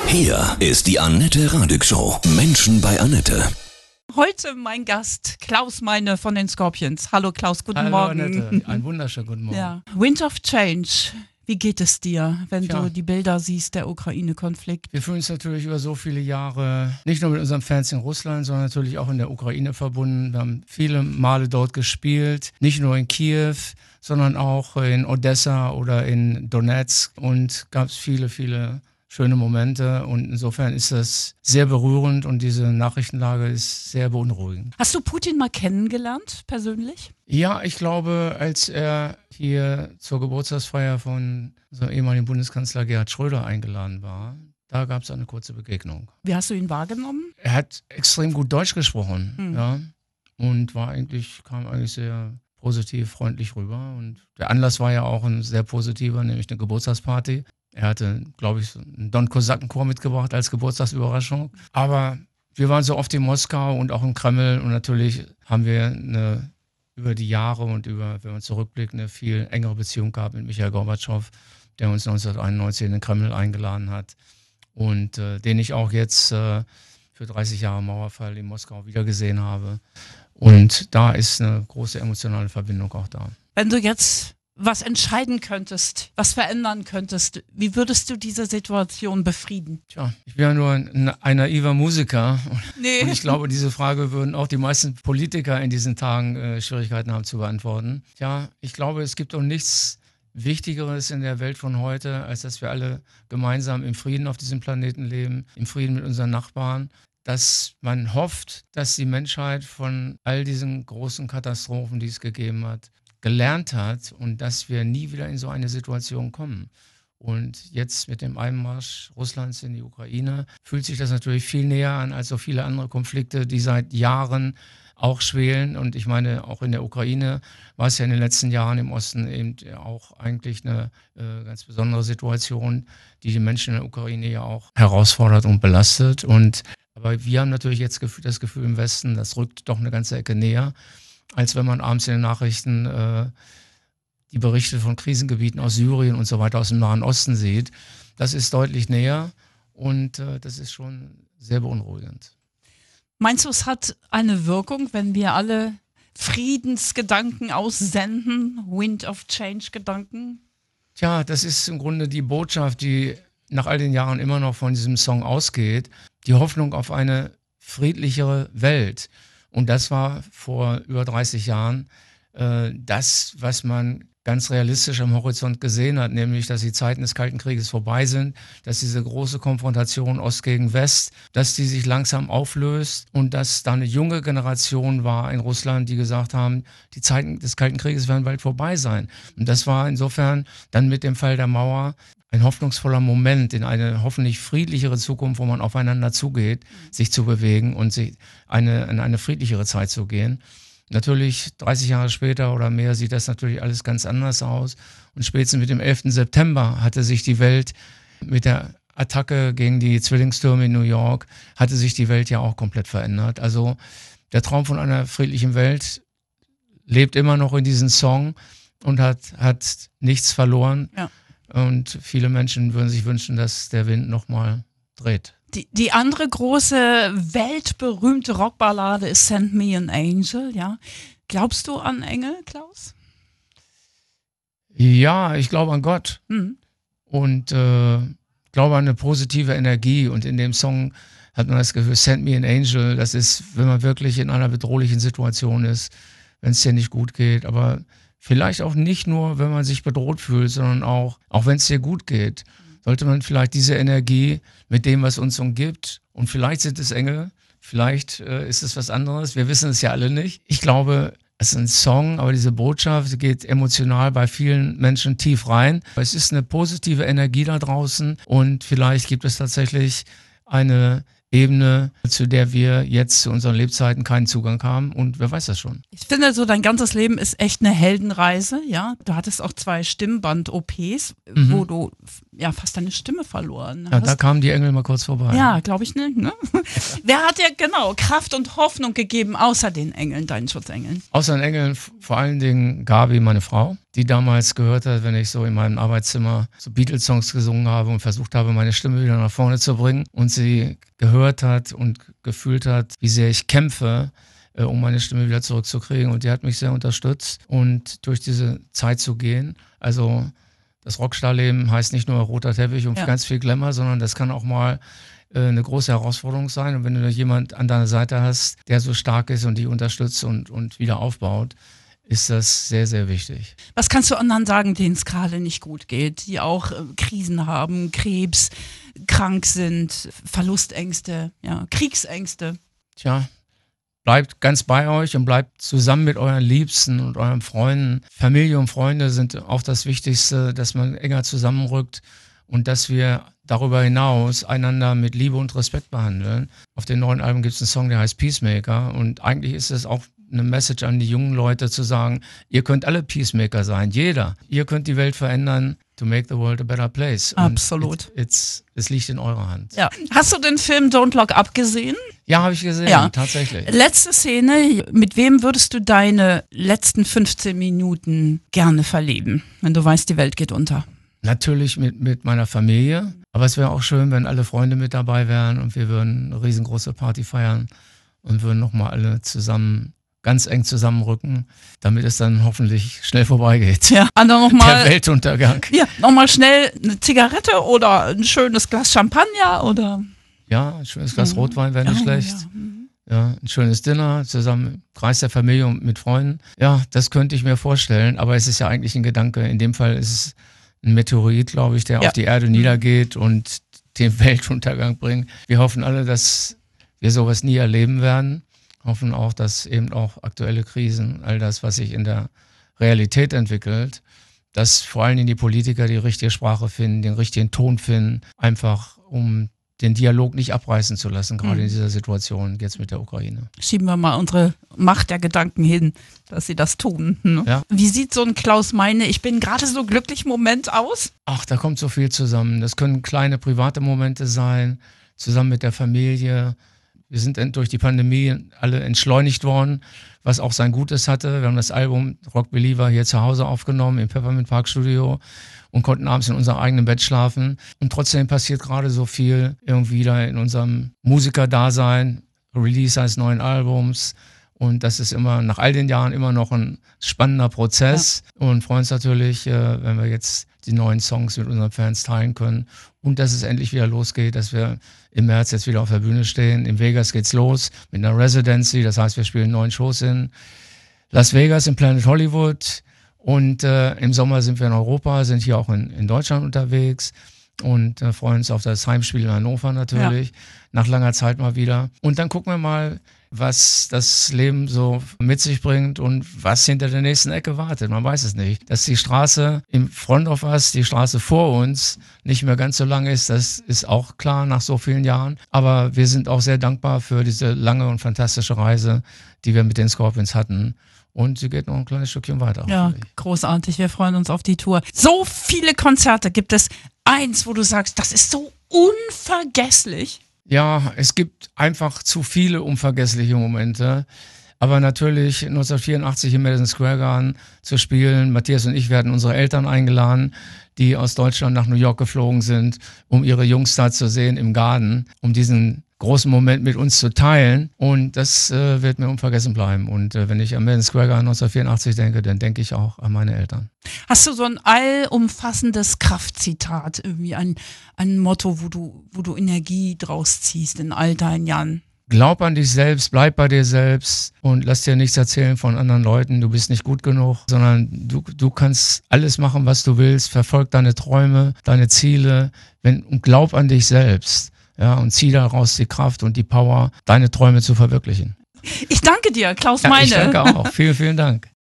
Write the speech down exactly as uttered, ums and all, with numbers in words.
Hier ist die Annette Radig Show. Menschen bei Annette. Heute mein Gast Klaus Meine von den Scorpions. Hallo Klaus, guten Hallo, Morgen. Annette, einen wunderschönen guten Morgen. Ja. Wind of Change. Wie geht es dir, wenn Tja. du die Bilder siehst, der Ukraine-Konflikt? Wir fühlen uns natürlich über so viele Jahre nicht nur mit unseren Fans in Russland, sondern natürlich auch in der Ukraine verbunden. Wir haben viele Male dort gespielt, nicht nur in Kiew, sondern auch in Odessa oder in Donetsk, und gab es viele, viele schöne Momente, und insofern ist das sehr berührend und diese Nachrichtenlage ist sehr beunruhigend. Hast du Putin mal kennengelernt, persönlich? Ja, ich glaube, als er hier zur Geburtstagsfeier von unserem ehemaligen Bundeskanzler Gerhard Schröder eingeladen war, da gab es eine kurze Begegnung. Wie hast du ihn wahrgenommen? Er hat extrem gut Deutsch gesprochen, Hm. ja, und war eigentlich, kam eigentlich sehr positiv, freundlich rüber. Und der Anlass war ja auch ein sehr positiver, nämlich eine Geburtstagsparty. Er hatte, glaube ich, so einen Don Kosakenchor mitgebracht als Geburtstagsüberraschung. Aber wir waren so oft in Moskau und auch im Kreml, und natürlich haben wir eine, über die Jahre und über, wenn man zurückblickt, eine viel engere Beziehung gehabt mit Michail Gorbatschow, der uns neunzehnhunderteinundneunzig in den Kreml eingeladen hat und äh, den ich auch jetzt äh, für dreißig Jahre Mauerfall in Moskau wiedergesehen habe. Und da ist eine große emotionale Verbindung auch da. Wenn du jetzt was entscheiden könntest, was verändern könntest, wie würdest du diese Situation befrieden? Tja, ich bin ja nur ein, ein naiver Musiker, Nee. und ich glaube, diese Frage würden auch die meisten Politiker in diesen Tagen äh, Schwierigkeiten haben zu beantworten. Tja, ich glaube, es gibt doch nichts Wichtigeres in der Welt von heute, als dass wir alle gemeinsam im Frieden auf diesem Planeten leben, im Frieden mit unseren Nachbarn, dass man hofft, dass die Menschheit von all diesen großen Katastrophen, die es gegeben hat, gelernt hat und dass wir nie wieder in so eine Situation kommen. Und jetzt mit dem Einmarsch Russlands in die Ukraine fühlt sich das natürlich viel näher an als so viele andere Konflikte, die seit Jahren auch schwelen. Und ich meine, auch in der Ukraine war es ja in den letzten Jahren im Osten eben auch eigentlich eine äh, ganz besondere Situation, die die Menschen in der Ukraine ja auch herausfordert und belastet. Und aber wir haben natürlich jetzt das Gefühl im Westen, das rückt doch eine ganze Ecke näher, als wenn man abends in den Nachrichten äh, die Berichte von Krisengebieten aus Syrien und so weiter aus dem Nahen Osten sieht. Das ist deutlich näher, und äh, das ist schon sehr beunruhigend. Meinst du, es hat eine Wirkung, wenn wir alle Friedensgedanken aussenden, Wind of Change-Gedanken? Tja, das ist im Grunde die Botschaft, die nach all den Jahren immer noch von diesem Song ausgeht. Die Hoffnung auf eine friedlichere Welt. Und das war vor über dreißig Jahren äh, das, was man ganz realistisch am Horizont gesehen hat, nämlich, dass die Zeiten des Kalten Krieges vorbei sind, dass diese große Konfrontation Ost gegen West, dass die sich langsam auflöst und dass da eine junge Generation war in Russland, die gesagt haben, die Zeiten des Kalten Krieges werden bald vorbei sein. Und das war insofern dann mit dem Fall der Mauer ein hoffnungsvoller Moment in eine hoffentlich friedlichere Zukunft, wo man aufeinander zugeht, sich zu bewegen und sich eine, in eine friedlichere Zeit zu gehen. Natürlich dreißig Jahre später oder mehr sieht das natürlich alles ganz anders aus. Und spätestens mit dem elften September hatte sich die Welt mit der Attacke gegen die Zwillingstürme in New York, hatte sich die Welt ja auch komplett verändert. Also der Traum von einer friedlichen Welt lebt immer noch in diesem Song und hat, hat nichts verloren. Ja. Und viele Menschen würden sich wünschen, dass der Wind nochmal dreht. Die, die andere große weltberühmte Rockballade ist Send Me an Angel, ja. Glaubst du an Engel, Klaus? Ja, ich glaube an Gott. Mhm. Und äh, glaube an eine positive Energie. Und in dem Song hat man das Gefühl, Send Me an Angel, das ist, wenn man wirklich in einer bedrohlichen Situation ist, wenn es dir nicht gut geht, aber vielleicht auch nicht nur, wenn man sich bedroht fühlt, sondern auch, auch wenn es dir gut geht, sollte man vielleicht diese Energie mit dem, was uns umgibt, und vielleicht sind es Engel, vielleicht äh, ist es was anderes, wir wissen es ja alle nicht. Ich glaube, es ist ein Song, aber diese Botschaft geht emotional bei vielen Menschen tief rein. Es ist eine positive Energie da draußen, und vielleicht gibt es tatsächlich eine Ebene, zu der wir jetzt zu unseren Lebzeiten keinen Zugang haben, und wer weiß das schon. Ich finde, so dein ganzes Leben ist echt eine Heldenreise, ja. Du hattest auch zwei Stimmband-O Ps, Mhm. wo du ja fast deine Stimme verloren. Ja, da kamen die Engel mal kurz vorbei. Ja, glaube ich nicht. Ne? Wer hat dir genau Kraft und Hoffnung gegeben, außer den Engeln, deinen Schutzengeln? Außer den Engeln vor allen Dingen Gabi, meine Frau, die damals gehört hat, wenn ich so in meinem Arbeitszimmer so Beatles-Songs gesungen habe und versucht habe, meine Stimme wieder nach vorne zu bringen. Und sie gehört hat und gefühlt hat, wie sehr ich kämpfe, äh, um meine Stimme wieder zurückzukriegen. Und die hat mich sehr unterstützt und durch diese Zeit zu gehen. Also das Rockstar-Leben heißt nicht nur roter Teppich und ja. ganz viel Glamour, sondern das kann auch mal äh, eine große Herausforderung sein. Und wenn du jemand an deiner Seite hast, der so stark ist und die unterstützt und, und wieder aufbaut, ist das sehr, sehr wichtig. Was kannst du anderen sagen, denen es gerade nicht gut geht, die auch äh, Krisen haben, Krebs, krank sind, Verlustängste, ja, Kriegsängste? Tja, bleibt ganz bei euch und bleibt zusammen mit euren Liebsten und euren Freunden. Familie und Freunde sind auch das Wichtigste, dass man enger zusammenrückt und dass wir darüber hinaus einander mit Liebe und Respekt behandeln. Auf dem neuen Album gibt es einen Song, der heißt Peacemaker und eigentlich ist es auch eine Message an die jungen Leute zu sagen, ihr könnt alle Peacemaker sein, jeder. Ihr könnt die Welt verändern, to make the world a better place. Absolut. Und it's, es liegt in eurer Hand. Ja. Hast du den Film Don't Look Up gesehen? Ja, habe ich gesehen, ja. tatsächlich. Letzte Szene, mit wem würdest du deine letzten fünfzehn Minuten gerne verleben, wenn du weißt, die Welt geht unter? Natürlich mit, mit meiner Familie, aber es wäre auch schön, wenn alle Freunde mit dabei wären und wir würden eine riesengroße Party feiern und würden nochmal alle zusammen ganz eng zusammenrücken, damit es dann hoffentlich schnell vorbeigeht. Ja, Anna noch mal, der Weltuntergang. Ja, nochmal schnell eine Zigarette oder ein schönes Glas Champagner oder? Ja, ein schönes Glas mhm. Rotwein wäre nicht oh, schlecht. Ja. Mhm. Ja, ein schönes Dinner zusammen im Kreis der Familie und mit Freunden. Ja, das könnte ich mir vorstellen, aber es ist ja eigentlich ein Gedanke. In dem Fall ist es ein Meteorit, glaube ich, der ja. auf die Erde niedergeht und den Weltuntergang bringt. Wir hoffen alle, dass wir sowas nie erleben werden. Hoffen auch, dass eben auch aktuelle Krisen, all das, was sich in der Realität entwickelt, dass vor allem die Politiker die richtige Sprache finden, den richtigen Ton finden, einfach um den Dialog nicht abreißen zu lassen, gerade mhm. in dieser Situation jetzt mit der Ukraine. Schieben wir mal unsere Macht der Gedanken hin, dass sie das tun. Ne? Ja. Wie sieht so ein Klaus Meine, ich bin gerade so glücklich Moment aus? Ach, da kommt so viel zusammen. Das können kleine private Momente sein, zusammen mit der Familie. Wir sind durch die Pandemie alle entschleunigt worden, was auch sein Gutes hatte. Wir haben das Album Rock Believer hier zu Hause aufgenommen im Peppermint Park Studio und konnten abends in unserem eigenen Bett schlafen. Und trotzdem passiert gerade so viel irgendwie da in unserem Musikerdasein, Release eines neuen Albums. Und das ist immer nach all den Jahren immer noch ein spannender Prozess. Ja. Und freuen uns natürlich, wenn wir jetzt die neuen Songs mit unseren Fans teilen können. Und dass es endlich wieder losgeht, dass wir im März jetzt wieder auf der Bühne stehen. In Vegas geht's los mit einer Residency. Das heißt, wir spielen neun Shows in Las Vegas, im Planet Hollywood. Und äh, im Sommer sind wir in Europa, sind hier auch in, in Deutschland unterwegs. Und äh, freuen uns auf das Heimspiel in Hannover natürlich. Ja. Nach langer Zeit mal wieder. Und dann gucken wir mal, was das Leben so mit sich bringt und was hinter der nächsten Ecke wartet. Man weiß es nicht. Dass die Straße in front of us, die Straße vor uns, nicht mehr ganz so lang ist, das ist auch klar nach so vielen Jahren. Aber wir sind auch sehr dankbar für diese lange und fantastische Reise, die wir mit den Scorpions hatten. Und sie geht noch ein kleines Stückchen weiter. Ja, großartig. Wir freuen uns auf die Tour. So viele Konzerte. Gibt es eins, wo du sagst, das ist so unvergesslich? Ja, es gibt einfach zu viele unvergessliche Momente. Aber natürlich neunzehnhundertvierundachtzig im Madison Square Garden zu spielen. Matthias und ich, wir hatten unsere Eltern eingeladen, die aus Deutschland nach New York geflogen sind, um ihre Jungs da zu sehen im Garten, um diesen großen Moment mit uns zu teilen. Und das äh, wird mir unvergessen bleiben. Und äh, wenn ich an Madison Square Garden neunzehnhundertvierundachtzig denke, dann denke ich auch an meine Eltern. Hast du so ein allumfassendes Kraftzitat, irgendwie ein, ein Motto, wo du, wo du Energie draus ziehst in all deinen Jahren? Glaub an dich selbst, bleib bei dir selbst und lass dir nichts erzählen von anderen Leuten. Du bist nicht gut genug, sondern du, du kannst alles machen, was du willst. Verfolg deine Träume, deine Ziele, wenn, und glaub an dich selbst. Ja, und zieh daraus die Kraft und die Power, deine Träume zu verwirklichen. Ich danke dir, Klaus Ja, Meine. ich danke auch. Vielen, vielen Dank.